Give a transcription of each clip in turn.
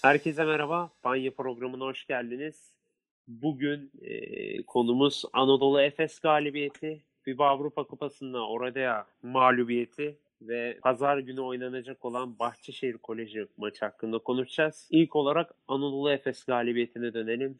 Herkese merhaba. Banya programına hoş geldiniz. Bugün konumuz Anadolu Efes galibiyeti, FIBA Avrupa Kupası'nda Oradea mağlubiyeti ve pazar günü oynanacak olan Bahçeşehir Koleji maçı hakkında konuşacağız. İlk olarak Anadolu Efes galibiyetine dönelim.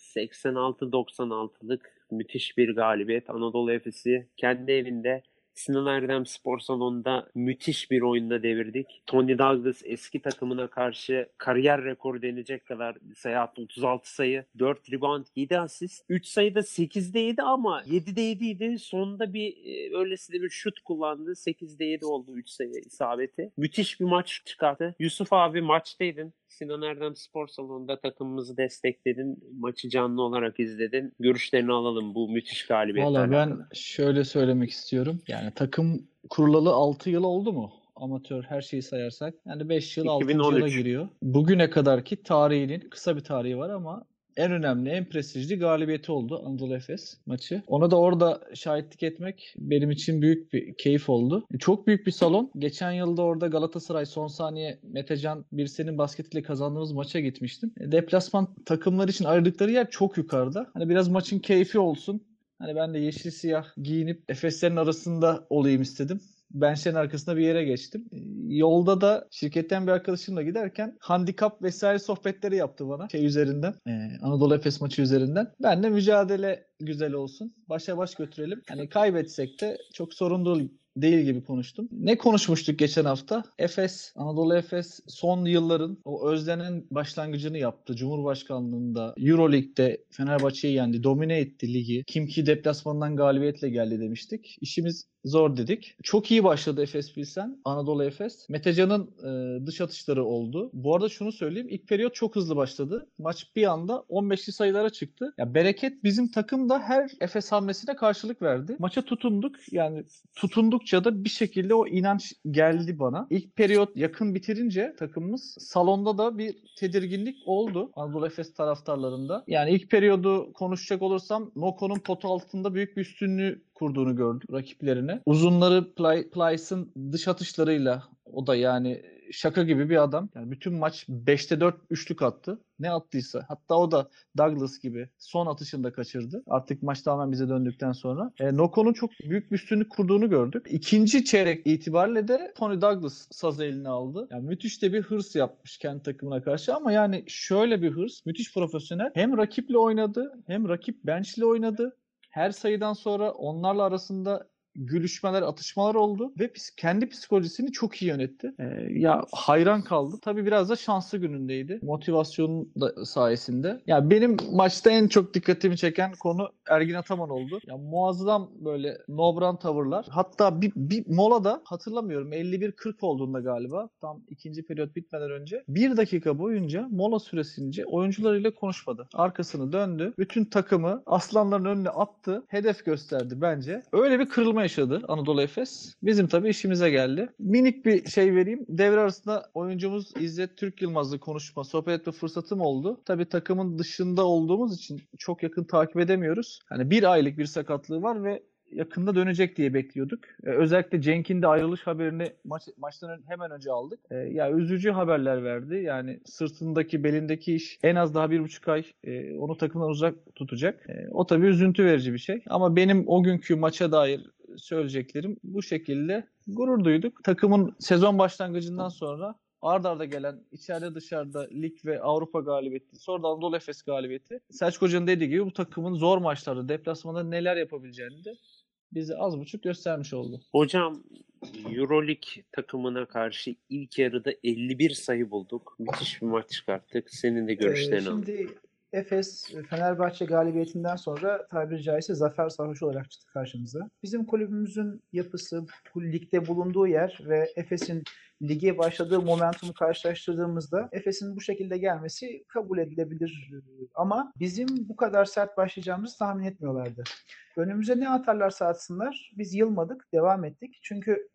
86-96'lık müthiş bir galibiyet. Anadolu Efes'i kendi evinde Sinan Erdem Spor Salonu'nda müthiş bir oyunda devirdik. Tony Douglas eski takımına karşı kariyer rekoru denecek kadar sayı attı. 36 sayı, 4 rebound, 7 asist. 3 sayıda 8'de 7 ama 7'de 7 idi. Sonunda bir öylesine bir şut kullandı. 8'de 7 oldu 3 sayı isabeti. Müthiş bir maç çıkarttı. Yusuf abi maçtaydın. Sinan Erdem Spor Salonu'nda takımımızı destekledin. Maçı canlı olarak izledin. Görüşlerini alalım bu müthiş galibiyetle Valla ben alakalı. şöyle söylemek istiyorum. Yani takım kurulalı 6 yıl oldu mu? Amatör her şeyi sayarsak. Yani 5 yıl 6. yıla 2013. giriyor. Bugüne kadarki tarihinin kısa bir tarihi var ama en önemli, en prestijli galibiyeti oldu Anadolu Efes maçı. Ona da orada şahitlik etmek benim için büyük bir keyif oldu. Çok büyük bir salon. Geçen yılda orada Galatasaray son saniye Metecan Birsen'in basketiyle kazandığımız maça gitmiştim. Deplasman takımlar için ayırdıkları yer çok yukarıda. Hani biraz maçın keyfi olsun. Hani ben de yeşil siyah giyinip Efeslerin arasında olayım istedim. Benchlerin arkasında bir yere geçtim. Yolda da şirketten bir arkadaşımla giderken handikap vesaire sohbetleri yaptı bana şey üzerinden. Anadolu Efes maçı üzerinden. Ben de mücadele güzel olsun. Başa baş götürelim. Hani kaybetsek de çok sorun değil gibi konuştum. Ne konuşmuştuk geçen hafta? Anadolu Efes son yılların o özlenen başlangıcını yaptı. Cumhurbaşkanlığında, Euroleague'de Fenerbahçe'yi yendi, domine etti ligi. Kim ki deplasmandan galibiyetle geldi demiştik. İşimiz zor dedik. Çok iyi başladı Efes Pilsen. Anadolu Efes. Metecan'ın dış atışları oldu. Bu arada şunu söyleyeyim. İlk periyot çok hızlı başladı. Maç bir anda 15'li sayılara çıktı. Ya bereket bizim takım da her Efes hamlesine karşılık verdi. Maça tutunduk. Yani tutundukça da bir şekilde o inanç geldi bana. İlk periyot yakın bitirince takımımız salonda da bir tedirginlik oldu Anadolu Efes taraftarlarında. Yani ilk periyodu konuşacak olursam Noko'nun potu altında büyük bir üstünlüğü kurduğunu gördük rakiplerine. Uzunları Plyce'ın dış atışlarıyla o da yani şaka gibi bir adam. Yani bütün maç 5'te 4 üçlük attı. Ne attıysa. Hatta o da Douglas gibi son atışını da kaçırdı. Artık maç tamamen bize döndükten sonra. Noko'nun çok büyük bir üstünlük kurduğunu gördük. İkinci çeyrek itibariyle de Tony Douglas sazı eline aldı. Yani müthiş de bir hırs yapmış kendi takımına karşı ama yani şöyle bir hırs. Müthiş profesyonel. Hem rakiple oynadı hem rakip bench'le oynadı. Her sayıdan sonra onlarla arasında gülüşmeler, atışmalar oldu ve kendi psikolojisini çok iyi yönetti. Ya hayran kaldım. Tabii biraz da şanslı günündeydi. Motivasyonun da sayesinde. Ya benim maçta en çok dikkatimi çeken konu Ergin Ataman oldu. Ya muazzam böyle nobran tavırlar. Hatta bir molada hatırlamıyorum 51-40 olduğunda galiba tam ikinci periyot bitmeden önce bir dakika boyunca mola süresince oyuncularıyla konuşmadı. Arkasını döndü. Bütün takımı aslanların önüne attı. Hedef gösterdi bence. Öyle bir kırılma yaşadı Anadolu Efes. Bizim tabii işimize geldi. Minik bir şey vereyim. Devre arasında oyuncumuz İzzet Türk Yılmaz'la sohbet etme fırsatım oldu. Tabii takımın dışında olduğumuz için çok yakın takip edemiyoruz. Hani bir aylık bir sakatlığı var ve yakında dönecek diye bekliyorduk. Özellikle Cenk'in de ayrılış haberini maçtan hemen önce aldık. Ya üzücü haberler verdi. Yani sırtındaki, belindeki iş en az daha 1,5 ay onu takımdan uzak tutacak. O tabii üzüntü verici bir şey. Ama benim o günkü maça dair söyleyeceklerim bu şekilde. Gurur duyduk. Takımın sezon başlangıcından sonra ard arda gelen içeride dışarıda lig ve Avrupa galibiyeti, sonra da Anadolu Efes galibiyeti. Selçuk Hoca'nın dediği gibi bu takımın zor maçlarda, deplasmanda neler yapabileceğini de bize az buçuk göstermiş oldu. Hocam Euroleague takımına karşı ilk yarıda 51 sayı bulduk. Müthiş bir maç çıkarttık. Senin de görüşlerini alalım. Şimdi Efes Fenerbahçe galibiyetinden sonra tabiri caizse zafer sarhoşu olarak çıktı karşımıza. Bizim kulübümüzün yapısı, bu ligde bulunduğu yer ve Efes'in lige başladığı momentumu karşılaştırdığımızda Efes'in bu şekilde gelmesi kabul edilebilir. Ama bizim bu kadar sert başlayacağımızı tahmin etmiyorlardı. Önümüze ne atarlarsa atsınlar biz yılmadık, devam ettik. Çünkü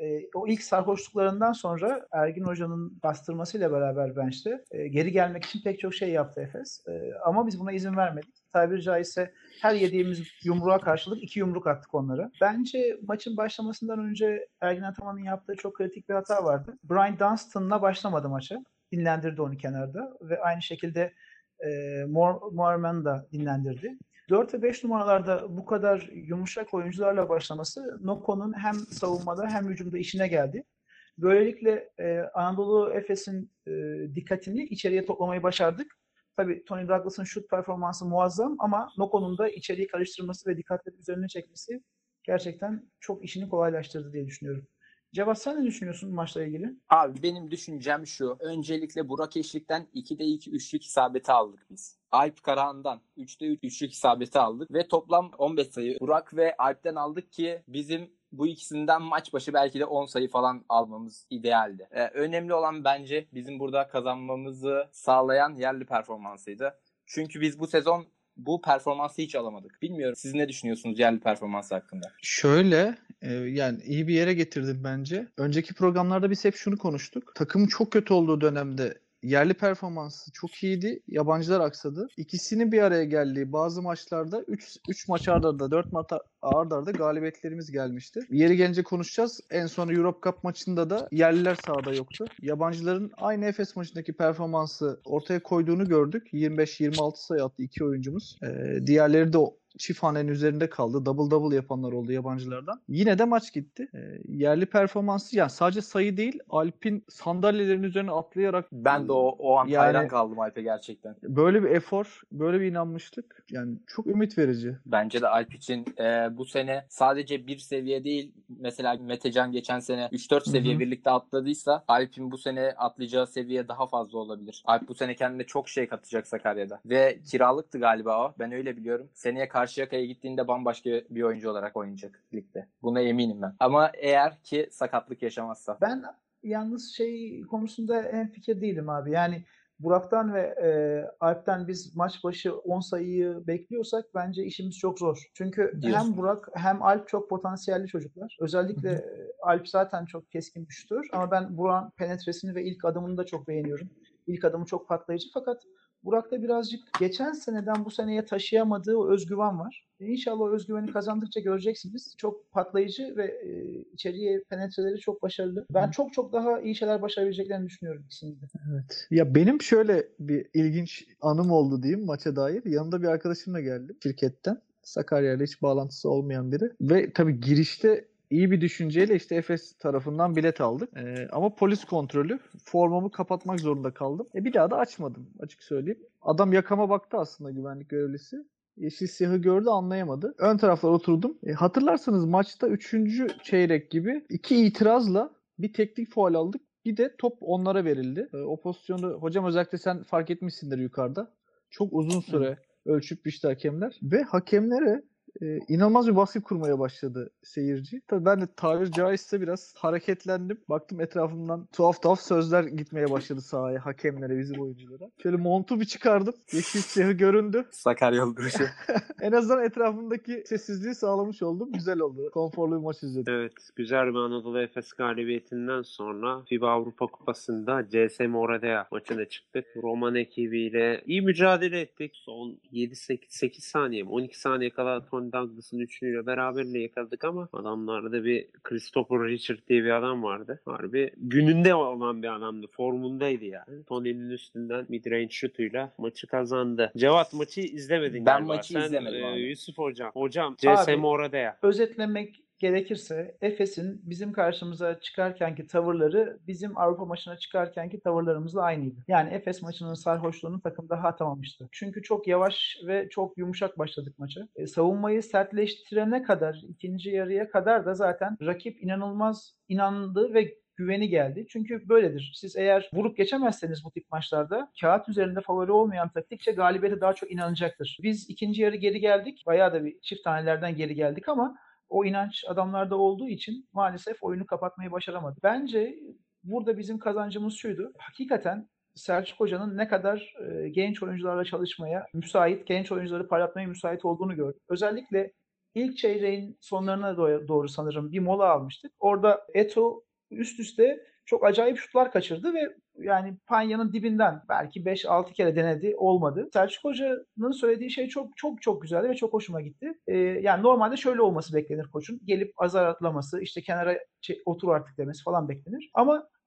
o ilk sarhoşluklarından sonra Ergin Hoca'nın bastırmasıyla beraber bench'te geri gelmek için pek çok şey yaptı Efes. Ama biz buna izin vermedik. Tabiri caizse her yediğimiz yumruğa karşılık 2 yumruk attık onlara. Bence maçın başlamasından önce Ergin Ataman'ın yaptığı çok kritik bir hata vardı. Brian Dunstan'la başlamadı maça. dinlendirdi onu kenarda ve aynı şekilde Moerman da dinlendirdi. 4 ve 5 numaralarda bu kadar yumuşak oyuncularla başlaması Noko'nun hem savunmada hem hücumda işine geldi. Böylelikle Anadolu Efes'in dikkatini içeriye toplamayı başardık. Tabii Tony Douglas'ın şut performansı muazzam ama Noko'nun da içeriği karıştırması ve dikkatleri üzerine çekmesi gerçekten çok işini kolaylaştırdı diye düşünüyorum. Cevat, sen ne düşünüyorsun maçla ilgili? Abi benim düşüncem şu. Öncelikle Burak Eşlik'ten 2'de 2 üçlük isabeti aldık biz. Alp Karahan'dan 3'te 3 üçlük isabeti aldık. Ve toplam 15 sayı Burak ve Alp'ten aldık ki bizim bu ikisinden maç başı belki de 10 sayı falan almamız idealdi. Önemli olan bence bizim burada kazanmamızı sağlayan yerli performansıydı. Çünkü biz bu sezon bu performansı hiç alamadık. Bilmiyorum, siz ne düşünüyorsunuz yerli performansı hakkında? Şöyle yani iyi bir yere getirdin bence. Önceki programlarda biz hep şunu konuştuk. Takımın çok kötü olduğu dönemde yerli performansı çok iyiydi. Yabancılar aksadı. İkisinin bir araya geldiği bazı maçlarda 3 maç arda arda 4 maç arda arda galibiyetlerimiz gelmişti. Yeri gelince konuşacağız. En son Europe Cup maçında da yerliler sahada yoktu. Yabancıların aynı Efes maçındaki performansı ortaya koyduğunu gördük. 25-26 sayı attı iki oyuncumuz. Diğerleri de çift hanenin üzerinde kaldı. Double yapanlar oldu yabancılardan. Yine de maç gitti. Yerli performansı, yani sadece sayı değil, Alp'in sandalyelerin üzerine atlayarak, Ben de o an hayran kaldım Alp'e gerçekten. Böyle bir efor, böyle bir inanmışlık, yani çok ümit verici. Bence de Alp için bu sene sadece bir seviye değil, mesela Metecan geçen sene 3-4 seviye birlikte atladıysa Alp'in bu sene atlayacağı seviye daha fazla olabilir. Alp bu sene kendine çok şey katacak Sakarya'da. Ve kiralıktı galiba o. Ben öyle biliyorum. Seneye Karşıyaka'ya gittiğinde bambaşka bir oyuncu olarak oynayacak ligde. Buna eminim ben. Ama eğer ki sakatlık yaşamazsa. Ben yalnız şey konusunda hemfikir değilim abi. Yani Burak'tan ve Alp'ten biz maç başı 10 sayıyı bekliyorsak bence işimiz çok zor. Çünkü Diyorsun. hem Burak hem Alp çok potansiyelli çocuklar. Özellikle Alp zaten çok keskin bir şutör ama ben Burak'ın penetresini ve ilk adımını da çok beğeniyorum. İlk adımı çok patlayıcı, fakat Burak'ta birazcık geçen seneden bu seneye taşıyamadığı o özgüven var. İnşallah o özgüveni kazandıkça göreceksiniz. Çok patlayıcı ve içeriye penetreleri çok başarılı. Ben çok daha iyi şeyler başarabileceklerini düşünüyorum ikisini de. Evet. Ya benim şöyle bir ilginç anım oldu diyeyim maça dair. Yanımda bir arkadaşımla geldim şirketten. Sakarya'yla hiç bağlantısı olmayan biri. Ve tabii girişte iyi bir düşünceyle işte Efes tarafından bilet aldık. Ama polis kontrolü, formamı kapatmak zorunda kaldım. Bir daha da açmadım açık söyleyeyim. Adam yakama baktı aslında, güvenlik görevlisi. Yeşil siyahı gördü, anlayamadı. Ön taraflar oturdum. Hatırlarsanız maçta 3. çeyrek gibi 2 itirazla bir teknik faul aldık. Bir de top onlara verildi. O pozisyonu hocam özellikle sen fark etmişsindir yukarıda. Çok uzun süre ölçüp biçti hakemler. Ve hakemlere inanılmaz bir baskı kurmaya başladı seyirci. Tabii ben de tabiri caizse biraz hareketlendim. Baktım etrafımdan tuhaf sözler gitmeye başladı sahaya, hakemlere, bizim oyunculara. Şöyle montu bir çıkardım. Yeşil siyahı göründü. Sakaryalı duruşu. En azından etrafımdaki sessizliği sağlamış oldum. Güzel oldu. Konforlu bir maç izledim. Evet, güzel bir Anadolu Efes galibiyetinden sonra FIBA Avrupa Kupası'nda CSM Oradea maçına çıktık. Roman ekibiyle iyi mücadele ettik. Son 8 saniye mi 12 saniye kala Tony Douglas'ın üçlüyle beraberliği yakaladık ama adamlarda bir Christopher Richard diye bir adam vardı. Harbi gününde olan bir adamdı. Formundaydı yani. Tony'nin üstünden midrange şutuyla maçı kazandı. Cevat, maçı izlemedin Ben galiba. maçı izlemedim abi. Yusuf hocam. Hocam CSM Oradea. Özetlemek gerekirse Efes'in bizim karşımıza çıkarkenki tavırları bizim Avrupa maçına çıkarkenki tavırlarımızla aynıydı. Yani Efes maçının sarhoşluğunu takım daha atamamıştı. Çünkü çok yavaş ve çok yumuşak başladık maça. Savunmayı sertleştirene kadar, ikinci yarıya kadar da zaten rakip inanılmaz inandı ve güveni geldi. Çünkü böyledir. Siz eğer vurup geçemezseniz bu tip maçlarda kağıt üzerinde favori olmayan taktikçe galibiyete daha çok inanacaktır. Biz ikinci yarı geri geldik. Bayağı da bir çift tanelerden geri geldik ama o inanç adamlarda olduğu için maalesef oyunu kapatmayı başaramadık. Bence burada bizim kazancımız şuydu. Hakikaten Selçuk Hoca'nın ne kadar genç oyuncularla çalışmaya müsait, genç oyuncuları parlatmaya müsait olduğunu gördük. Özellikle ilk çeyreğin sonlarına doğru sanırım bir mola almıştık. Orada Eto üst üste çok acayip şutlar kaçırdı ve yani panyanın dibinden belki 5-6 kere denedi, olmadı. Selçuk Hoca'nın söylediği şey çok güzeldi ve çok hoşuma gitti. Yani normalde şöyle olması beklenir koçun. Gelip azar atlaması, işte kenara otur artık demesi falan beklenir. Ama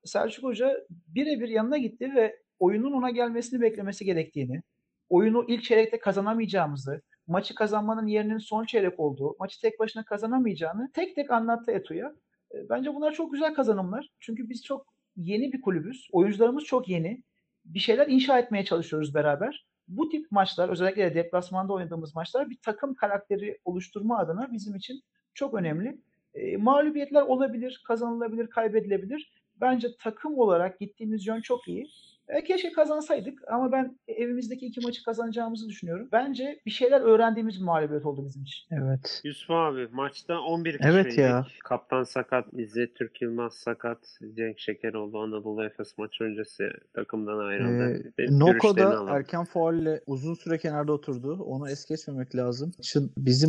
Selçuk Hoca birebir yanına gitti ve oyunun ona gelmesini beklemesi gerektiğini, oyunu ilk çeyrekte kazanamayacağımızı, maçı kazanmanın yerinin son çeyrek olduğu, maçı tek başına kazanamayacağını tek tek anlattı Eto'ya. Bence bunlar çok güzel kazanımlar. Çünkü biz çok yeni bir kulübüz. Oyuncularımız çok yeni. Bir şeyler inşa etmeye çalışıyoruz beraber. Bu tip maçlar, özellikle de deplasmanda oynadığımız maçlar bir takım karakteri oluşturma adına bizim için çok önemli. Mağlubiyetler olabilir, kazanılabilir, kaybedilebilir. Bence takım olarak gittiğimiz yön çok iyi. Keşke kazansaydık ama ben evimizdeki 2 maçı kazanacağımızı düşünüyorum. Bence bir şeyler öğrendiğimiz bir mağlubiyet oldu bizim için. Evet. Yusuf abi maçta 11 Evet kişiydik. ya. Kaptan sakat, İzzet Türk Yılmaz sakat, Cenk Şekeroğlu Anadolu Efes maçı öncesi takımdan ayrıldı. Görüşlerini Noko da alalım. erken faulle uzun süre kenarda oturdu. Onu es geçmemek lazım. Maçın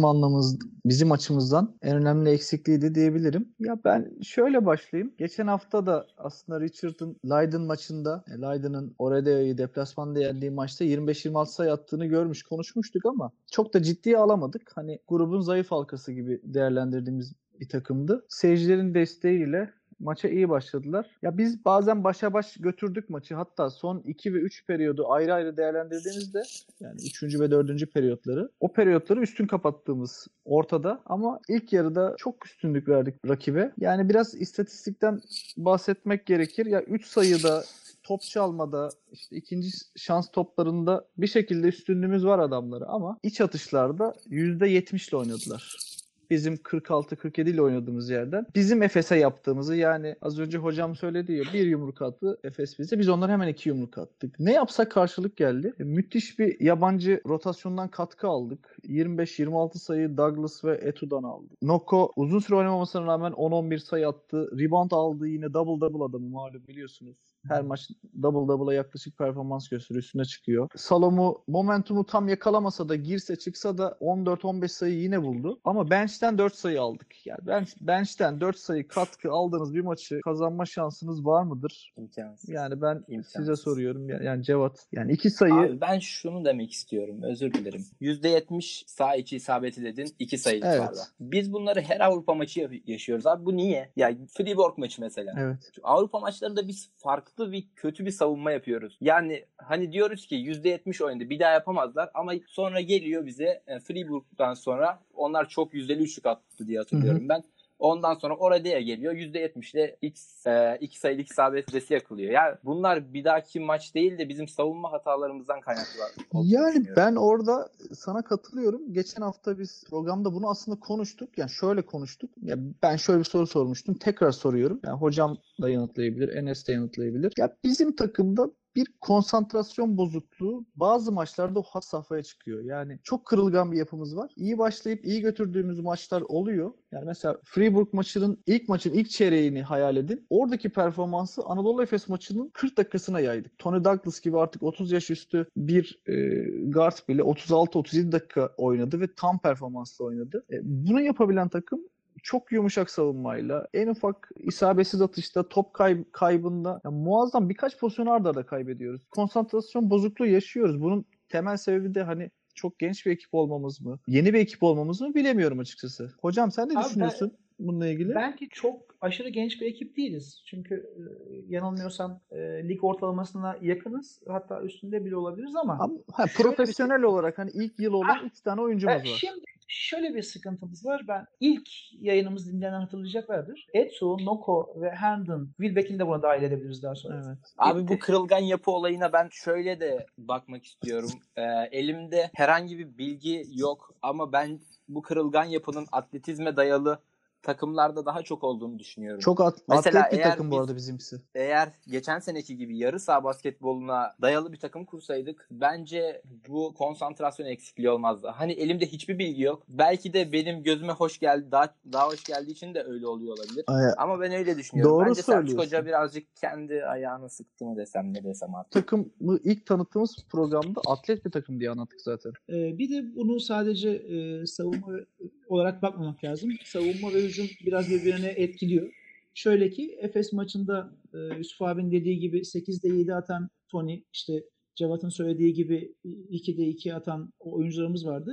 bizim açımızdan en önemli eksikliğiydi diyebilirim. Ya ben şöyle başlayayım. Geçen hafta da aslında Richard'ın Leiden maçında, Leiden'ın Oredea'yı deplasmanda yendiği maçta 25-26 sayı attığını konuşmuştuk ama çok da ciddiye alamadık. Hani grubun zayıf halkası gibi değerlendirdiğimiz bir takımdı. Seyircilerin desteğiyle maça iyi başladılar. Ya biz bazen başa baş götürdük maçı. Hatta son 2 ve 3 periyodu ayrı ayrı değerlendirdiğimizde, yani 3. ve 4. periyotları, o periyotları üstün kapattığımız ortada ama ilk yarıda çok üstünlük verdik rakibe. Yani biraz istatistikten bahsetmek gerekir. Ya 3 sayıda, top çalmada, işte ikinci şans toplarında bir şekilde üstünlüğümüz var adamları ama iç atışlarda %70 ile oynadılar. Bizim 46-47 ile oynadığımız yerden bizim Efes'e yaptığımızı, yani az önce hocam söyledi ya, bir yumruk attı Efes bize. Biz onlara hemen 2 yumruk attık. Ne yapsak karşılık geldi. Müthiş bir yabancı rotasyondan katkı aldık. 25-26 sayı Douglas ve Etu'dan aldık. Noko uzun süre oynamamasına rağmen 10-11 sayı attı. Rebound aldı, yine double double adamı malum biliyorsunuz. Her maç double double'a yaklaşık performans gösteriyor. Üstüne çıkıyor. Salomu momentumu tam yakalamasa da, girse çıksa da 14-15 sayı yine buldu. Ama bench'ten 4 sayı aldık. Yani bench'ten 4 sayı katkı aldığınız bir maçı kazanma şansınız var mıdır? İmkansız. Yani ben İmkansız. size soruyorum. Yani Cevat. Yani 2 sayı. Abi ben şunu demek istiyorum. Özür dilerim. %70 sağ içi isabeti dedin. 2 sayılık Evet. vardı. Biz bunları her Avrupa maçı yaşıyoruz abi. Bu niye? Ya Fribourg maçı mesela. Evet. Avrupa maçlarında biz farklı kötü bir savunma yapıyoruz. Yani hani diyoruz ki %70 oynadı, bir daha yapamazlar ama sonra geliyor bize Fribourg'dan sonra onlar çok yüzdeli üçlük attı diye hatırlıyorum ben. Ondan sonra Oradea geliyor. %70'le iki sayılık isabet süresi yakılıyor. Yani bunlar bir dahaki maç değil de bizim savunma hatalarımızdan kaynaklı. Yani ben orada sana katılıyorum. Geçen hafta biz programda bunu aslında konuştuk. Yani şöyle konuştuk. Ya ben şöyle bir soru sormuştum. Tekrar soruyorum. Yani hocam da yanıtlayabilir, Enes de yanıtlayabilir. Ya bizim takımda bir konsantrasyon bozukluğu bazı maçlarda o hat safhaya çıkıyor. Yani çok kırılgan bir yapımız var. İyi başlayıp iyi götürdüğümüz maçlar oluyor. Yani mesela Fribourg maçının ilk çeyreğini hayal edin. Oradaki performansı Anadolu Efes maçının 40 dakikasına yaydık. Tony Douglas gibi artık 30 yaş üstü bir guard bile 36-37 dakika oynadı ve tam performansla oynadı. Bunu yapabilen takım çok yumuşak savunmayla, en ufak isabetsiz atışta, top kaybında muazzam birkaç pozisyon arda arda kaybediyoruz. Konsantrasyon bozukluğu yaşıyoruz. Bunun temel sebebi de hani çok genç bir ekip olmamız mı? Yeni bir ekip olmamız mı? Bilemiyorum açıkçası. Hocam sen ne düşünüyorsun bununla ilgili? Belki çok aşırı genç bir ekip değiliz. Çünkü yanılmıyorsam lig ortalamasına yakınız. Hatta üstünde bile olabiliriz ama profesyonel olarak hani ilk yıl olan 3 tane oyuncumuz var. Şimdi şöyle bir sıkıntımız var. Ben ilk yayınımız dinleyenler hatırlayacaklardır. Etu, Noko ve Herndon, Wilbeck'ini de buna dahil edebiliriz daha sonra. Evet. Abi bu kırılgan yapı olayına ben şöyle de bakmak istiyorum. Elimde herhangi bir bilgi yok ama ben bu kırılgan yapının atletizme dayalı takımlarda daha çok olduğunu düşünüyorum. Çok atlet bir takım bu arada bizimkisi. Eğer geçen seneki gibi yarı saha basketboluna dayalı bir takım kursaydık bence bu konsantrasyon eksikliği olmazdı. Hani elimde hiçbir bilgi yok. Belki de benim gözüme hoş geldi, daha hoş geldiği için de öyle oluyor olabilir. Ama ben öyle düşünüyorum. Doğru bence söylüyorsun. Selçuk Hoca birazcık kendi ayağını sıktı mı desem ne desem artık. Takımı ilk tanıttığımız programda atlet bir takım diye anlattık zaten. Bir de bunu sadece savunma olarak bakmamak lazım. Savunma ve hücum biraz birbirine etkiliyor. Şöyle ki Efes maçında Yusuf abinin dediği gibi 8'de 7 atan Tony, işte Cevat'ın söylediği gibi 2'de 2 atan oyuncularımız vardı.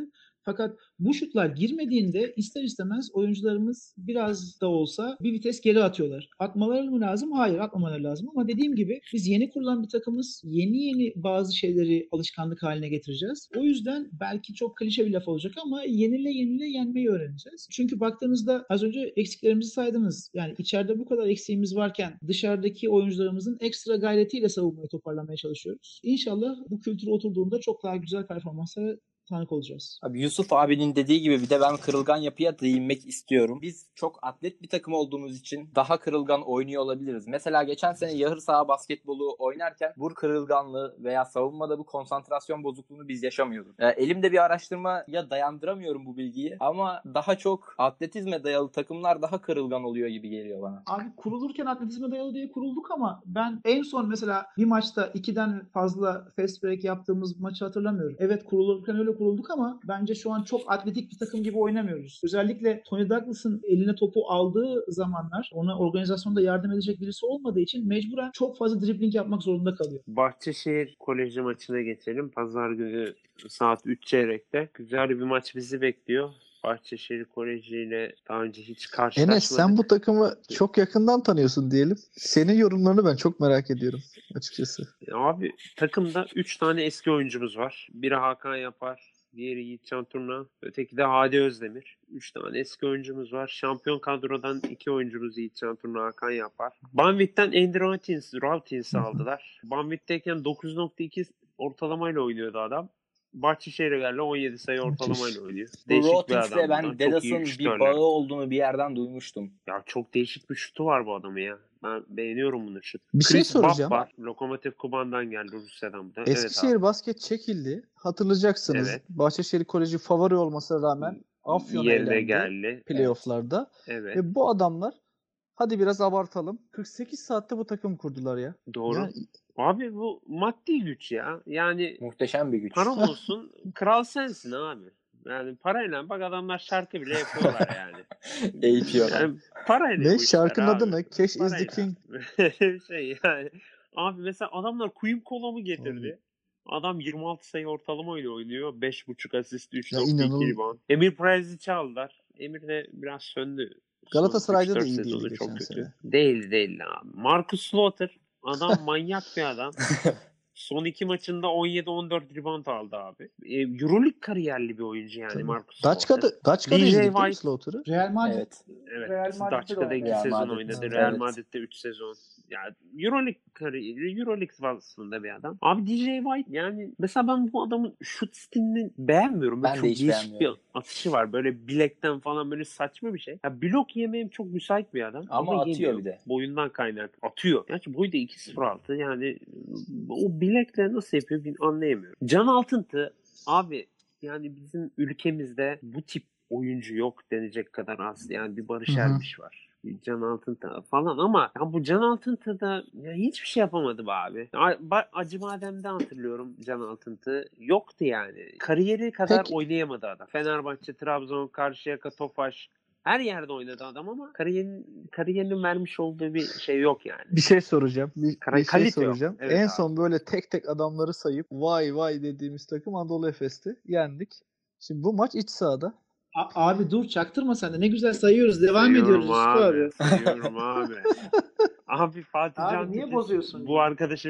Fakat bu şutlar girmediğinde ister istemez oyuncularımız biraz da olsa bir vites geri atıyorlar. Atmaları mı lazım? Hayır, atmamaları lazım. Ama dediğim gibi biz yeni kurulan bir takımız. Yeni bazı şeyleri alışkanlık haline getireceğiz. O yüzden belki çok klişe bir laf olacak ama yenile yenmeyi öğreneceğiz. Çünkü baktığınızda az önce eksiklerimizi saydınız. Yani içeride bu kadar eksiğimiz varken dışarıdaki oyuncularımızın ekstra gayretiyle savunmayı toparlamaya çalışıyoruz. İnşallah bu kültür oturduğunda çok daha güzel performanslara tanık olacağız. Abi Yusuf abinin dediği gibi bir de ben kırılgan yapıya değinmek istiyorum. Biz çok atlet bir takım olduğumuz için daha kırılgan oynuyor olabiliriz. Mesela geçen sene yarı saha basketbolu oynarken bu kırılganlığı veya savunmada bu konsantrasyon bozukluğunu biz yaşamıyorduk. Elimde bir araştırmaya dayandıramıyorum bu bilgiyi ama daha çok atletizme dayalı takımlar daha kırılgan oluyor gibi geliyor bana. Abi kurulurken atletizme dayalı diye kurulduk ama ben en son mesela bir maçta 2'den fazla fast break yaptığımız maçı hatırlamıyorum. Evet kurulurken öyle kurulduk ama bence şu an çok atletik bir takım gibi oynamıyoruz. Özellikle Tony Douglas'ın eline topu aldığı zamanlar ona organizasyonda yardım edecek birisi olmadığı için mecburen çok fazla dribbling yapmak zorunda kalıyor. Bahçeşehir Koleji maçına geçelim. Pazar günü saat 3 çeyrekte. Güzel bir maç bizi bekliyor. Bahçeşehir Koleji ile daha önce hiç karşılaşmadık. Enes sen bu takımı çok yakından tanıyorsun diyelim. Senin yorumlarını ben çok merak ediyorum açıkçası. Abi takımda 3 tane eski oyuncumuz var. Biri Hakan Yapar, diğeri Yiğitcan Turna, öteki de Hadi Özdemir. 3 tane eski oyuncumuz var. Şampiyon kadrodan 2 oyuncumuz Yiğitcan Turna, Hakan Yapar. Banvit'ten Andy Rautins'i aldılar. Banvit'teyken 9.2 ortalamayla oynuyordu adam. Bahçeşehir'e geldi 17 sayı ortalamayla oynuyor. Bu Değişik bir Rotins'le adam. ben Çok iyi Dallas'ın bir şutörler. bağı olduğunu bir yerden duymuştum. Ya çok değişik bir şutu var bu adamın ya. Ben beğeniyorum bunu şut. Bir şey Chris soracağım. Bobb var. Lokomotiv Kuban'dan geldi Rusya'dan. Evet Eskişehir abi. basket çekildi. Hatırlayacaksınız. Evet. Bahçeşehir Koleji favori olmasına rağmen Afyon'a Yerine elendi geldi. playoff'larda. Evet. Ve bu adamlar hadi biraz abartalım. 48 saatte bu takım kurdular ya. Doğru. Yani Abi bu maddi güç ya. Yani Muhteşem bir güç. paran olsun kral sensin abi. Yani parayla bak adamlar şarkı bile yapıyorlar yani. Eğitiyorlar. Yani parayla ne bu işler şarkının adı abi. ne? Cash is the Parayla. king. Şey yani. Abi mesela adamlar Queen Cola'mı getirdi. Adam 26 sayı ortalamayla oynuyor. 5.5 asist, Ya 3.2 rebound. Emir Price'i çaldılar. Emir de biraz söndü. Galatasaray'da Son da 3-4 iyi değildi sezonu geçen çok kötü. sene. Değildi abi. Marcus Slaughter. Adam manyak bir adam. Son 2 maçında 17-14 rebound aldı abi. Euroleague kariyerli bir oyuncu yani Tabii. Marcus Slaughter. Daçka'da DJ izledik değil mi White. Slaughter'ı? Real Madrid Evet. Evet. Real Madrid'de de Daçka'da 2 oynadı. sezon Madrid. oynadı. Evet. Real Madrid'de 3 sezon. Ya Euroleague kariyeri, Euroleague vasfında bir adam. Abi DJ White yani mesela ben bu adamın şut stilini beğenmiyorum. Ben de çok hiç değişik bir beğenmiyorum. atışı var. Böyle bilekten falan böyle saçma bir şey. Ya blok yemeyim çok müsait bir adam. Ama atıyor yemiyor. bir de. Boyundan kaynak. Atıyor. Gerçi boyu da 2.06. Yani o bilekle nasıl yapıyor anlayamıyorum. Can Altıntı abi yani bizim ülkemizde bu tip oyuncu yok denecek kadar az. Yani bir Barış Hı hı. Ermiş var. Bir Can Altıntı falan ama ya bu Can Altıntı da ya hiçbir şey yapamadı be abi. Acıbadem'de hatırlıyorum Can Altıntı. Yoktu yani. Kariyeri kadar Peki. oynayamadı adam. Fenerbahçe, Trabzon, Karşıyaka, Tofaş her yerde oynadı adam ama kariyerinin vermiş olduğu bir şey yok yani. Bir şey soracağım. Bir şey Kalite yok. soracağım. Evet En abi. son böyle tek tek adamları sayıp vay vay dediğimiz takım Anadolu Efes'ti. Yendik. Şimdi bu maç iç sahada. Abi dur çaktırma sen de. Ne güzel sayıyoruz. Devam Sayıyorum ediyoruz Yusuf abi. Sayıyorum abi. Abi Fatih Abi Can niye Titiz, bozuyorsun bu ya?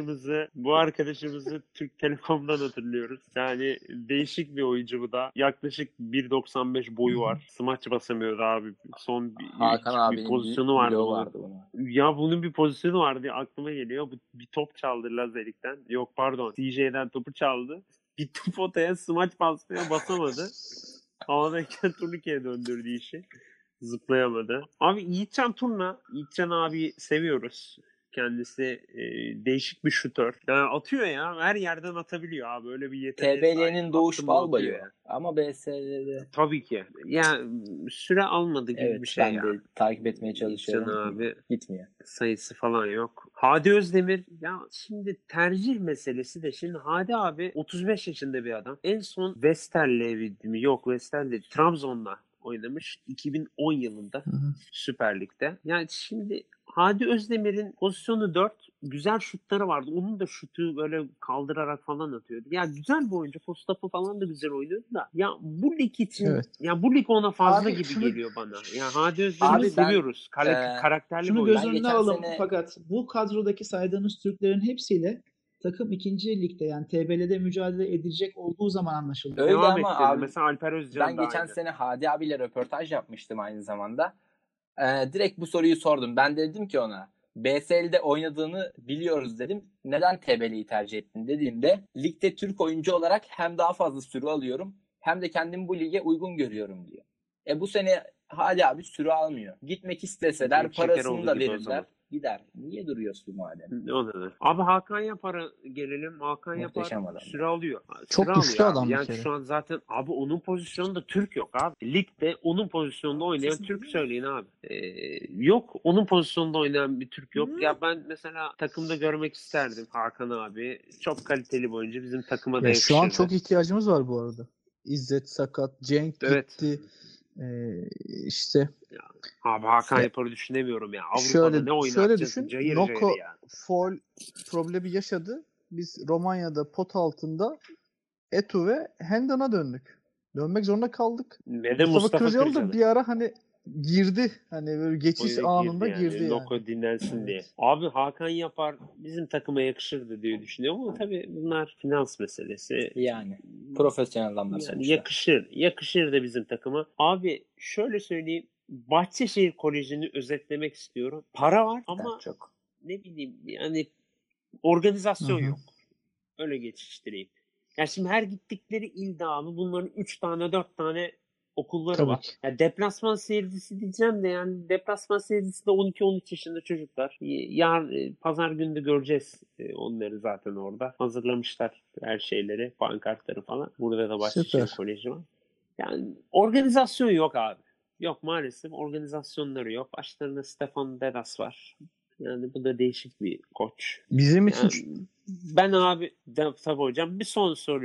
arkadaşımızı Türk Telekom'dan hatırlıyoruz. Yani değişik bir oyuncu bu da. Yaklaşık 1.95 boyu var. Smaç basamıyordu abi. Son Hakan bir abinin pozisyonu vardı bloğu bunun. vardı buna. Ya bunun bir pozisyonu vardı aklıma geliyor. Bir top çaldı lazerikten. Yok pardon. CJ'den topu çaldı. Gitti potaya smaç basmaya basamadı. Havadayken turnikeye döndürdü işi. Zıplayamadı. Abi Yiğitcan abi seviyoruz. Kendisi değişik bir şutör. Yani atıyor ya. Her yerden atabiliyor abi. Öyle bir yeteneğe sahip. TBL'nin Doğuş Attım mı atıyor Balbayı. ya. Ama BSL'de Tabii ki. Ya süre almadı gibi evet bir şey ben ya. de takip etmeye çalışıyorum. Yiğitcan abi Gitmiyor. sayısı falan yok. Hadi Özdemir ya şimdi tercih meselesi de şimdi Hadi abi 35 yaşında bir adam. En son Vestel'le mi? Yok Vestel değil. Trabzon'la oynamış 2010 yılında Hı hı. Süper Lig'de. Yani şimdi Hadi Özdemir'in pozisyonu 4, güzel şutları vardı. Onun da şutu böyle kaldırarak falan atıyordu. Ya güzel bir oyuncu. Postapı falan da güzel oynuyordu da. Ya bu lig için, Evet. ya bu lig ona fazla Abi gibi şunu geliyor bana. Ya Hadi Özdemir'i Abi ben seviyoruz. Karakterli bir şunu oyuncu. göz Ben önüne geçen alalım. sene Fakat bu kadrodaki saydığımız Türklerin hepsiyle takım ikinci ligde yani TBL'de mücadele edilecek olduğu zaman anlaşıldı. öyle Devam ama ettirdi. abi Mesela Alper Özcan ben da geçen aynı. sene Hadi abiyle röportaj yapmıştım aynı zamanda. Direkt bu soruyu sordum. Ben de dedim ki ona BSL'de oynadığını biliyoruz dedim. Neden TBL'yi tercih ettin dediğimde ligde Türk oyuncu olarak hem daha fazla süre alıyorum hem de kendimi bu lige uygun görüyorum diyor. Bu sene Hadi abi süre almıyor. Gitmek isteseler Cenk Şeker parasını oldu da gibi o verirler. zaman. Gider. Niye duruyorsun madem? O da da. Abi Hakan Yapar'a gelelim. Hakan Yapar Muhteşem adam süre ya. alıyor. Çok Süre güçlü alıyor abi. adam bir Yani kere. şu an zaten abi onun pozisyonunda Türk yok abi. Ligde onun pozisyonunda oynayan Türk söyleyin abi. Yok. Onun pozisyonunda oynayan bir Türk yok. Ya ben mesela takımda görmek isterdim Hakan abi. Çok kaliteli bir oyuncu. Bizim takıma da Ya şu an yakışırdı. çok ihtiyacımız var bu arada. İzzet sakat, Cenk Evet. gitti. İşte Abi Hakan ya, Yapar'ı düşünemiyorum ya. Avrupa'da şöyle ne oynatacağız? düşün. Cayır cayır Noko yani. foul problemi yaşadı. Biz Romanya'da pot altında Etu ve Hendon'a döndük. Dönmek zorunda kaldık. Ve de Mustafa Kırcalı da Kırcalı. bir ara hani girdi. Hani böyle geçiş Oyuna anında girdi girdi yani. Loko dinlensin Evet. diye. Abi Hakan Yapar bizim takıma yakışırdı diye düşünüyorum ama tabii bunlar finans meselesi. Yani profesyonel adamlar Yani sonuçta. yakışır. Yakışır da bizim takıma. Abi şöyle söyleyeyim. Bahçeşehir Koleji'ni özetlemek istiyorum. Para var ama Çok. ne bileyim yani organizasyon Hı hı. yok. Öyle geçiştireyim. Yani şimdi her gittikleri ilde abi bunların 3 tane 4 tane okulları Tabii var. ki. Ya deplasman seyircisi diyeceğim de yani deplasman seyircisi de 12-13 yaşında çocuklar. Pazar günü de göreceğiz onları zaten orada. Hazırlamışlar her şeyleri, pankartları falan. Burada da Bahçeşehir Süper. Koleji var. Yani organizasyon yok abi. Yok maalesef organizasyonları yok. Başlarında Stefan Dedas var. Yani bu da değişik bir koç. Bizim için Yani ben abi tabii hocam bir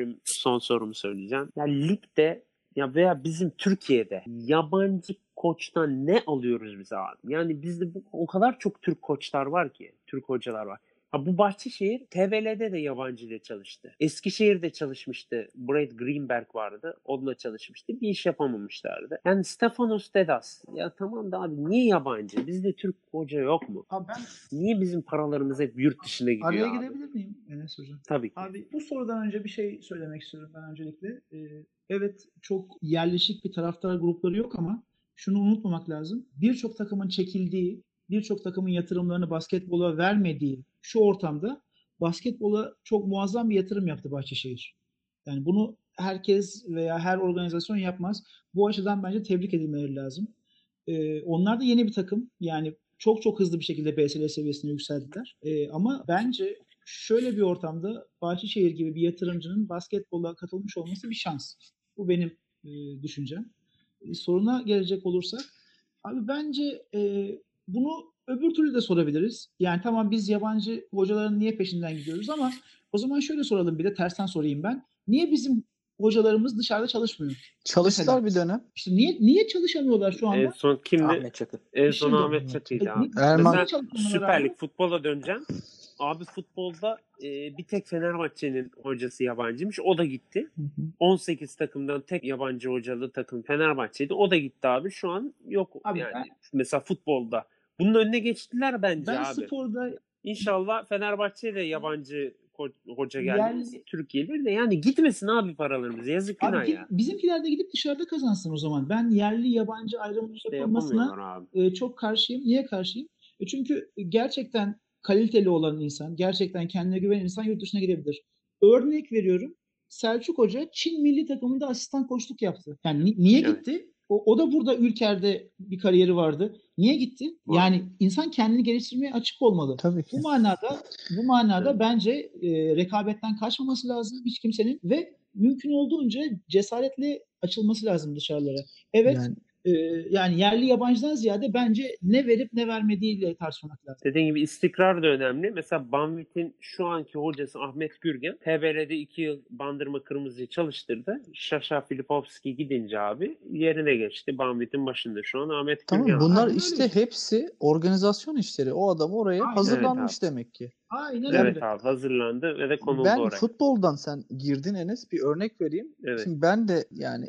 son sorumu söyleyeceğim. Ya ligde ya veya bizim Türkiye'de yabancı koçtan ne alıyoruz biz abi? Yani bizde o kadar çok Türk koçlar var ki, Türk hocalar var. Ha, bu Bahçeşehir TVL'de de yabancı ile çalıştı. Eskişehir'de çalışmıştı. Brad Greenberg vardı. Onunla çalışmıştı. Bir iş yapamamışlardı. Yani Stefanos Dedas. Ya tamam da abi niye yabancı? Bizde Türk hoca yok mu? Abi ben Niye bizim paralarımız hep yurt dışına gidiyor araya abi? girebilir miyim Enes Hocam? Tabii ki. Abi bu sorudan önce bir şey söylemek istiyorum ben öncelikle. Evet çok yerleşik bir taraftar grupları yok ama şunu unutmamak lazım. Birçok takımın çekildiği, birçok takımın yatırımlarını basketbola vermediği şu ortamda basketbola çok muazzam bir yatırım yaptı Bahçeşehir. Yani bunu herkes veya her organizasyon yapmaz. Bu açıdan bence tebrik edilmeleri lazım. Onlar da yeni bir takım. Yani çok çok hızlı bir şekilde BSL seviyesine yükseldiler. Ama bence şöyle bir ortamda Bahçeşehir gibi bir yatırımcının basketbola katılmış olması bir şans. Bu benim düşüncem. Soruna gelecek olursak, abi bence bunu öbür türlü de sorabiliriz. Yani tamam biz yabancı hocaların niye peşinden gidiyoruz ama o zaman şöyle soralım bir de tersten sorayım ben. Niye bizim hocalarımız dışarıda çalışmıyor? çalıştılar Mesela. bir dönem. İşte niye çalışamıyorlar şu En anda? son kimdi? Ahmet Çakır. En son Şimdi Ahmet Çakı'ydı abi. Erman niye Mesela çalışmıyorlar Süper abi? Lig futbola döneceğim. Abi futbolda bir tek Fenerbahçe'nin hocası yabancıymış. O da gitti. Hı hı. 18 takımdan tek yabancı hocalı takım Fenerbahçe'ydi. O da gitti abi. Şu an yok Abi yani. Mesela futbolda. Bunun önüne geçtiler bence ben abi. sporda İnşallah Fenerbahçe'ye de yabancı hoca gelmez. yerli Türk gelir de yani gitmesin abi paralarımız. Yazık günah abi ya. bizimkiler de gidip dışarıda kazansın o zaman. Ben yerli yabancı ayrımının İşte yapılmasına yapamıyorlar abi. çok karşıyım. Niye karşıyım? Çünkü gerçekten kaliteli olan insan, gerçekten kendine güvenen insan yurt dışına gidebilir. Örnek veriyorum. Selçuk Hoca Çin milli takımında asistan koçluk yaptı. Yani niye Evet. gitti? O da burada Ülker'de bir kariyeri vardı. Niye gitti? Var. Yani insan kendini geliştirmeye açık olmalı. Tabii ki. Bu manada Evet. bence rekabetten kaçmaması lazım hiç kimsenin ve mümkün olduğunca cesaretle açılması lazım dışarılara. Evet, Yani yani yerli yabancıdan ziyade bence ne verip ne vermediğiyle tartışmak lazım. Dediğim gibi istikrar da önemli. Mesela Banvit'in şu anki hocası Ahmet Gürgen TBL'de 2 yıl Bandırma Kırmızı'yı çalıştırdı. Şaşa Filipovski gidince abi yerine geçti. Banvit'in başında şu an Ahmet Tamam, Gürgen. bunlar Aynen işte öyle. hepsi organizasyon işleri. O adam oraya Aynen. hazırlanmış Evet demek ki. Aynen Evet öyle. abi hazırlandı ve de konuldu Ben oraya. futboldan sen girdin Enes, bir örnek vereyim. Evet. Şimdi ben de yani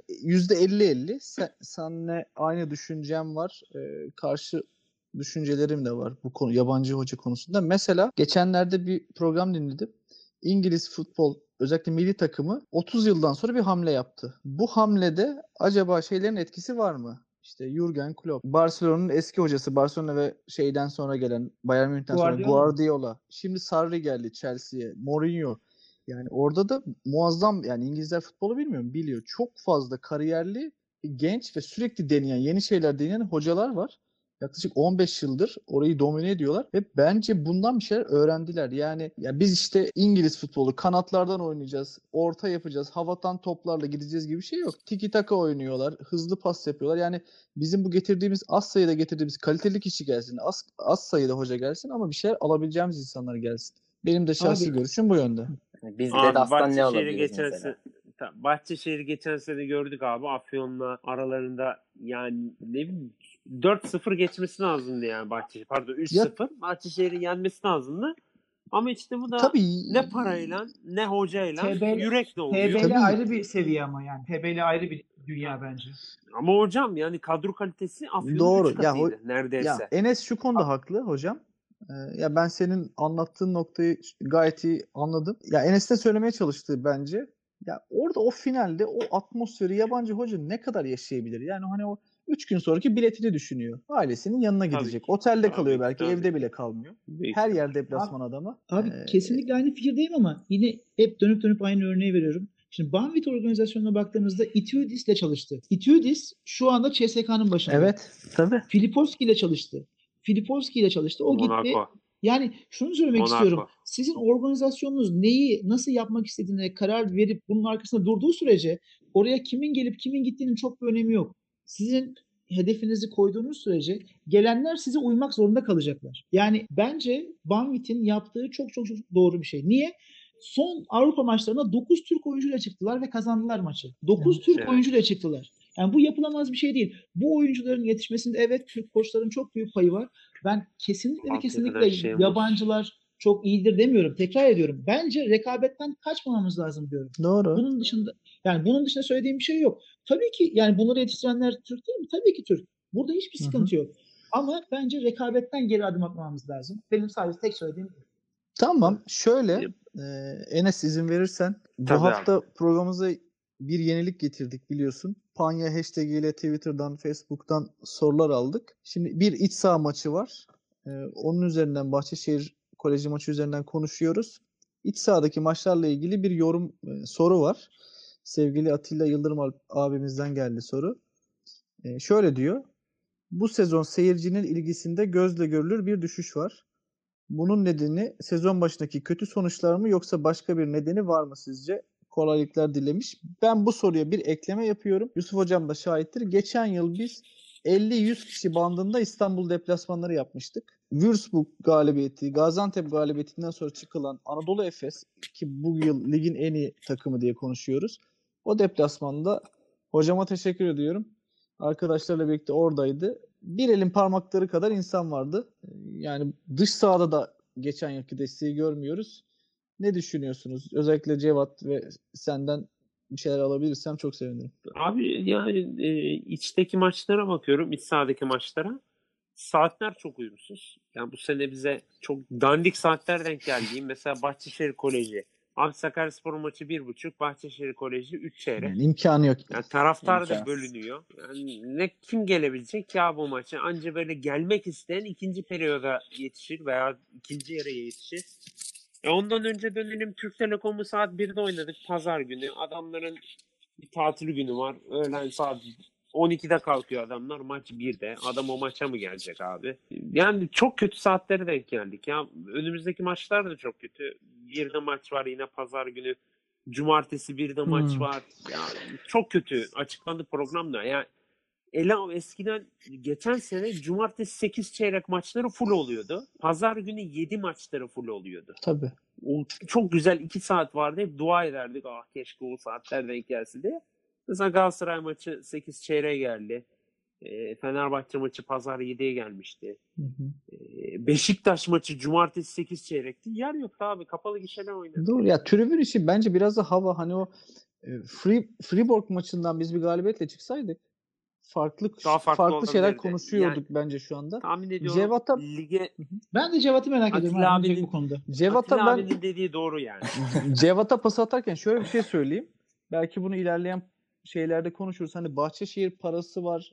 %50-50 seninle aynı düşüncem var. Karşı düşüncelerim de var bu konu, yabancı hoca konusunda. Mesela geçenlerde bir program dinledim. İngiliz futbol, özellikle milli takımı 30 yıldan sonra bir hamle yaptı. Bu hamlede acaba şeylerin etkisi var mı? İşte Jurgen Klopp, Barcelona'nın eski hocası, Barcelona ve şeyden sonra gelen, Bayern Münih'ten sonra Guardiola. Guardiola. Şimdi Sarri geldi Chelsea'ye, Mourinho. Yani orada da muazzam, yani İngilizler futbolu bilmiyorum, biliyor. Çok fazla kariyerli, genç ve sürekli deneyen, yeni şeyler deneyen hocalar var. Yaklaşık 15 yıldır orayı domine ediyorlar ve bence bundan bir şeyler öğrendiler. Yani ya biz işte İngiliz futbolu kanatlardan oynayacağız, orta yapacağız, havadan toplarla gideceğiz gibi bir şey yok. Tiki taka oynuyorlar, hızlı pas yapıyorlar. Yani bizim bu getirdiğimiz, az sayıda getirdiğimiz kaliteli kişi gelsin, az sayıda hoca gelsin ama bir şeyler alabileceğimiz insanlar gelsin. Benim de şahsi Abi görüşüm bu yönde. Biz Abi Vedat'tan ne Bahçeşehir'i alabiliriz mesela? Bahçeşehir'i geçen sene gördük abi. Afyon'la aralarında yani ne bileyim 4-0 geçmesi lazımdı yani Bahçeşehir. Pardon Ya 3-0. Bahçeşehir'i yenmesi lazımdı. Ama işte bu da tabii ne parayla ne hocayla TBL, yürekle oluyor. TBL tabii ayrı bir seviye ama yani. TBL ayrı bir dünya bence. Ama hocam yani kadro kalitesi Afyon'un 3 doğru. katıydı Ya neredeyse. Enes şu konuda haklı hocam. Ya ben senin anlattığın noktayı gayet iyi anladım. Ya Enes de söylemeye çalıştı bence. Ya orada o finalde o atmosferi yabancı hoca ne kadar yaşayabilir? Yani hani o 3 gün sonraki biletini düşünüyor. Ailesinin yanına Tabii gidecek. ki. Otelde kalıyor Tabii ki. belki, evde bile kalmıyor. Büyük Her ihtimal. yer deplasman adama. Abi kesinlikle aynı fikirdeyim ama yine hep dönüp dönüp aynı örneği veriyorum. Şimdi Banvit organizasyonuna baktığımızda Itiudis ile çalıştı. Itiudis şu anda CSK'nın başında. Evet, tabii. Filipovski ile çalıştı. Filipovski ile çalıştı. O gitti. Monaco. Yani şunu söylemek Monaco. istiyorum. Sizin organizasyonunuz neyi nasıl yapmak istediğine karar verip bunun arkasında durduğu sürece oraya kimin gelip kimin gittiğinin çok bir önemi yok. Sizin hedefinizi koyduğunuz sürece gelenler size uymak zorunda kalacaklar. Yani bence Banvit'in yaptığı çok çok çok doğru bir şey. Niye? Son Avrupa maçlarına 9 Türk oyuncuyla çıktılar ve kazandılar maçı. 9 Türk Evet. oyuncuyla çıktılar. Yani bu yapılamaz bir şey değil. Bu oyuncuların yetişmesinde evet Türk koçların çok büyük payı var. Ben kesinlikle ve Altyapıdan kesinlikle şeyimiz. yabancılar çok iyidir demiyorum. Tekrar ediyorum. Bence rekabetten kaçmamamız lazım diyorum. Doğru. Bunun dışında söylediğim bir şey yok. Tabii ki yani bunları yetiştirenler Türk değil mi? Tabii ki Türk. Burada hiçbir sıkıntı yok. Ama bence rekabetten geri adım atmamız lazım. Benim sadece tek söylediğim bu. Tamam. Şöyle Enes izin verirsen bu Tabii hafta programımıza bir yenilik getirdik biliyorsun. Panya hashtag ile Twitter'dan, Facebook'tan sorular aldık. Şimdi bir iç saha maçı var. Onun üzerinden, Bahçeşehir Koleji maçı üzerinden konuşuyoruz. İç sahadaki maçlarla ilgili bir yorum soru var. Sevgili Atilla Yıldırım abimizden geldi soru. Şöyle diyor. Bu sezon seyircinin ilgisinde gözle görülür bir düşüş var. Bunun nedeni sezon başındaki kötü sonuçlar mı yoksa başka bir nedeni var mı sizce? Kolaylıklar dilemiş. Ben bu soruya bir ekleme yapıyorum. Yusuf Hocam da şahittir. Geçen yıl biz 50-100 kişi bandında İstanbul deplasmanları yapmıştık. Würzburg galibiyeti, Gaziantep galibiyetinden sonra çıkılan Anadolu Efes, ki bu yıl ligin en iyi takımı diye konuşuyoruz. O deplasmanda hocama teşekkür ediyorum. Arkadaşlarla birlikte oradaydı. Bir elin parmakları kadar insan vardı. Yani dış sahada da geçen yılki desteği görmüyoruz. Ne düşünüyorsunuz? Özellikle Cevat ve senden bir şeyler alabilirsem çok sevinirim. Abi yani içteki maçlara bakıyorum, iç sahadaki maçlara. Saatler çok uyumsuz. Yani bu sene bize çok dandik saatler denk geldi. Mesela Bahçeşehir Koleji. Abi Sakaryaspor maçı 1.30, Bahçeşehir Koleji 3 çeyrek. Yani imkanı yok. Yani taraftar da İmkansız. bölünüyor. Yani ne kim gelebilecek ya bu maça? Anca böyle gelmek isteyen ikinci periyoda yetişir veya ikinci yere yetişir. Ondan önce dönelim, Türk Telekom'u saat 1'de oynadık pazar günü. Adamların bir tatil günü var. Öğlen saat 12'de kalkıyor adamlar. Maç 1'de. Adam o maça mı gelecek abi? Yani çok kötü saatlere denk geldik ya. Önümüzdeki maçlar da çok kötü. 1'de maç var yine pazar günü. Cumartesi 1'de maç var. Ya çok kötü. Açıklandı program da. Yani Eskiden geçen sene cumartesi 8 çeyrek maçları full oluyordu. Pazar günü 7 maçları full oluyordu. Tabii. O çok güzel 2 saat vardı. Hep dua ederdik. Ah keşke o saatler denk gelse diye. Mesela Galatasaray maçı 8 çeyreğe geldi. Fenerbahçe maçı pazar 7'ye gelmişti. Hı hı. Beşiktaş maçı cumartesi 8 çeyrekti. Yer yoktu abi. Kapalı gişeler oynadı. Doğru ya, tribün işi bence biraz da hava, hani o Fribourg maçından biz bir galibiyetle çıksaydık Daha farklı şeyler olabilirdi. konuşuyorduk bence şu anda. Tahmin ediyorum Cevat'a lige Ben de Cevat'ı merak ediyorum. Atilla Abi, abinin- bu konuda. Cevat'a Atilla ben abinin dediği doğru yani. Cevat'a pas atarken şöyle bir şey söyleyeyim. Belki bunu ilerleyen şeylerde konuşuruz. Hani Bahçeşehir parası var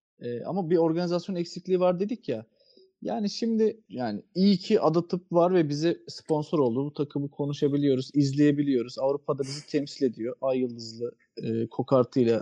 ama bir organizasyon eksikliği var dedik ya. Yani şimdi yani iyi ki Ada Tıp var ve bize sponsor oldu. Bu takımı konuşabiliyoruz, izleyebiliyoruz. Avrupa'da bizi temsil ediyor. Ay yıldızlı kokartıyla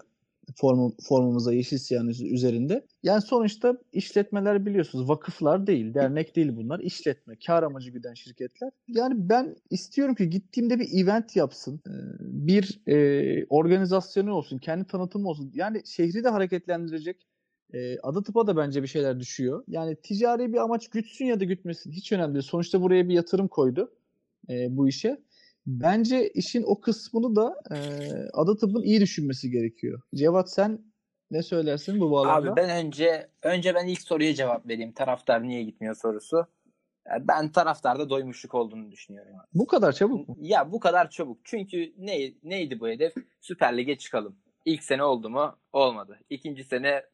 formamıza yeşil siyahın üzerinde. Yani sonuçta işletmeler biliyorsunuz, vakıflar değil, dernek değil bunlar. İşletme, kar amacı güden şirketler. Yani ben istiyorum ki gittiğimde bir event yapsın. Bir organizasyonu olsun, kendi tanıtımı olsun. Yani şehri de hareketlendirecek. Ada Tıp'a da bence bir şeyler düşüyor. Yani ticari bir amaç gütsün ya da gütmesin hiç önemli değil. Sonuçta buraya bir yatırım koydu bu işe. Bence işin o kısmını da Ada Tıp'ın iyi düşünmesi gerekiyor. Cevat, sen ne söylersin bu bağlamda? Abi ben önce ben ilk soruya cevap vereyim. Taraftar niye gitmiyor sorusu. Yani ben taraftarda doymuşluk olduğunu düşünüyorum abi. Bu kadar çabuk mu? Ya bu kadar çabuk. Çünkü neydi bu hedef? Süper Lig'e çıkalım. İlk sene oldu mu? Olmadı. İkinci sene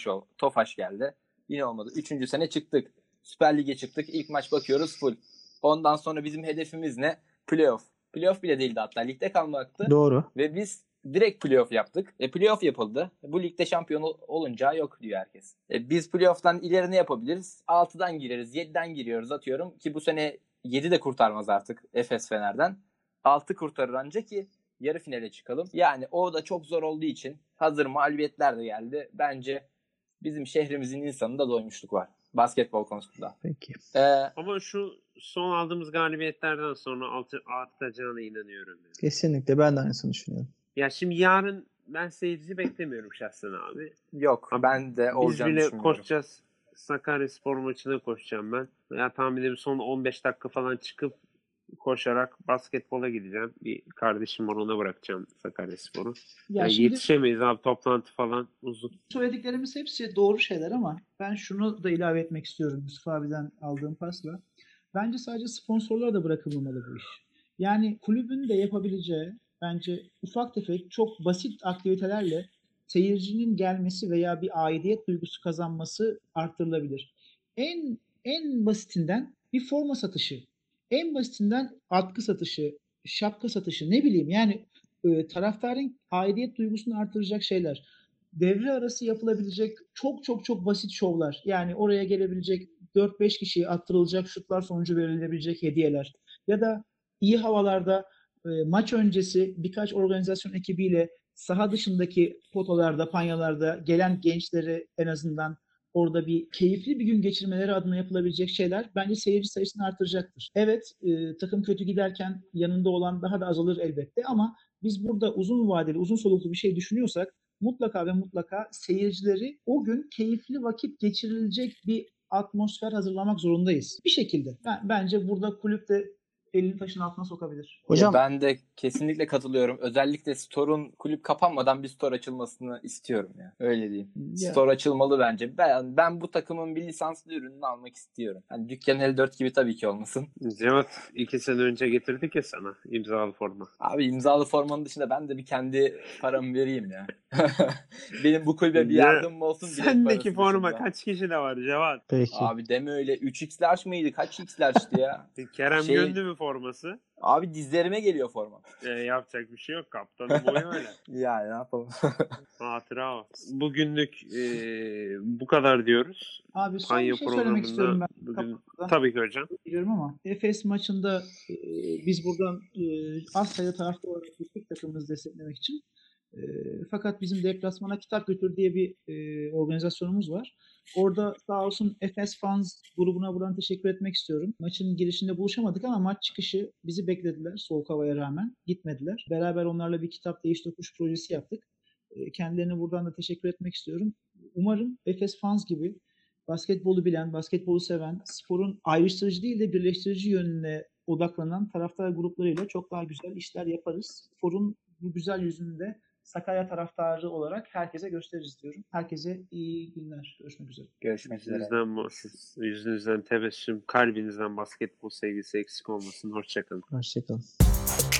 Tofaş geldi. Yine olmadı. Üçüncü sene çıktık. Süper Lig'e çıktık. İlk maç bakıyoruz full. Ondan sonra bizim hedefimiz ne? Playoff. Playoff bile değildi hatta. Ligde kalmaktı. Doğru. Ve biz direkt playoff yaptık. Playoff yapıldı. Bu ligde şampiyon olunca yok diyor herkes. Biz playoff'tan ileri ne yapabiliriz? 6'dan gireriz, 7'den giriyoruz atıyorum. Ki bu sene 7 de kurtarmaz artık Efes Fener'den. 6 kurtarır ancak ki yarı finale çıkalım. Yani o da çok zor olduğu için hazır mağlubiyetler de geldi. Bence bizim şehrimizin insanında doymuşluk var. Basketbol konusunda. Peki. Ama şu son aldığımız galibiyetlerden sonra artacağına inanıyorum. Yani. Kesinlikle ben de aynısını düşünüyorum. Ya şimdi yarın ben seyirci beklemiyorum şahsen abi. Yok, ben de Biz olacağını bile düşünmüyorum. koşacağız. Sakaryaspor maçına koşacağım ben. Ya tahminim son 15 dakika falan çıkıp koşarak basketbola gideceğim. Bir kardeşim var, ona bırakacağım Sakaryaspor'u. Ya Yani şimdi yetişemeyiz abi, toplantı falan uzun. söylediklerimiz hepsi doğru şeyler ama ben şunu da ilave etmek istiyorum Yusuf abiden aldığım pasla. Bence sadece sponsorlara da bırakılmamalı bu iş. Yani kulübün de yapabileceği bence ufak tefek çok basit aktivitelerle seyircinin gelmesi veya bir aidiyet duygusu kazanması arttırılabilir. En basitinden bir forma satışı, en basitinden atkı satışı, şapka satışı, ne bileyim yani taraftarın aidiyet duygusunu artıracak şeyler. Devre arası yapılabilecek çok çok çok basit şovlar. Yani oraya gelebilecek 4-5 kişiye attırılacak şutlar sonucu verilebilecek hediyeler. Ya da iyi havalarda maç öncesi birkaç organizasyon ekibiyle saha dışındaki potolarda, panyalarda gelen gençleri en azından orada bir keyifli bir gün geçirmeleri adına yapılabilecek şeyler bence seyirci sayısını artıracaktır. Evet, takım kötü giderken yanında olan daha da azalır elbette ama biz burada uzun vadeli, uzun soluklu bir şey düşünüyorsak mutlaka ve mutlaka seyircileri o gün keyifli vakit geçirilecek bir atmosfer hazırlamak zorundayız. Bir şekilde. Bence burada kulüp de elini taşın altına sokabilir. Hocam, ben de kesinlikle katılıyorum. Özellikle Store'un kulüp kapanmadan bir store açılmasını istiyorum ya. Öyle diyeyim. Ya. Store açılmalı bence. Ben bu takımın bir lisanslı ürününü almak istiyorum. Hani Dükkan 54 gibi tabii ki olmasın. Cevat 2 sene önce getirdik ya sana imzalı forma. Abi imzalı formanın dışında ben de bir kendi paramı vereyim ya. Benim bu kulübe bir Ya, yardımım olsun. bilet Sendeki parası forma dışında. kaç kişi de var Cevat? peki. Abi deme öyle. 3x large mıydı? Kaç x large'tı ya? Kerem Şey- Göndü mü forması? Abi dizlerime geliyor forma. Yapacak bir şey yok. Kaptanın boyu öyle. Yani ne yapalım? Hatıra o. Bugünlük bu kadar diyoruz. Abi son Panya bir şey söylemek istiyorum ben. bugün. Kapatmadan. Tabii ki hocam. Biliyorum ama Efes maçında biz buradan az sayıda taraftar olarak gittik takımımızı desteklemek için. Fakat bizim deplasmana Kitap Götür diye bir organizasyonumuz var. Orada sağ olsun Efes Fans grubuna buradan teşekkür etmek istiyorum. Maçın girişinde buluşamadık ama maç çıkışı bizi beklediler soğuk havaya rağmen. Gitmediler. Beraber onlarla bir kitap değiş tokuş projesi yaptık. Kendilerine buradan da teşekkür etmek istiyorum. Umarım Efes Fans gibi basketbolu bilen, basketbolu seven, sporun ayrıştırıcı değil de birleştirici yönüne odaklanan taraftar gruplarıyla çok daha güzel işler yaparız. Sporun bu güzel yüzünü de Sakarya taraftarı olarak herkese gösteririz diyorum. Herkese iyi günler. Görüşmek üzere. Görüşmek üzere. Yüzünüzden tebessüm, kalbinizden basketbol sevgisi eksik olmasın. Hoşça kalın. Hoşçakalın.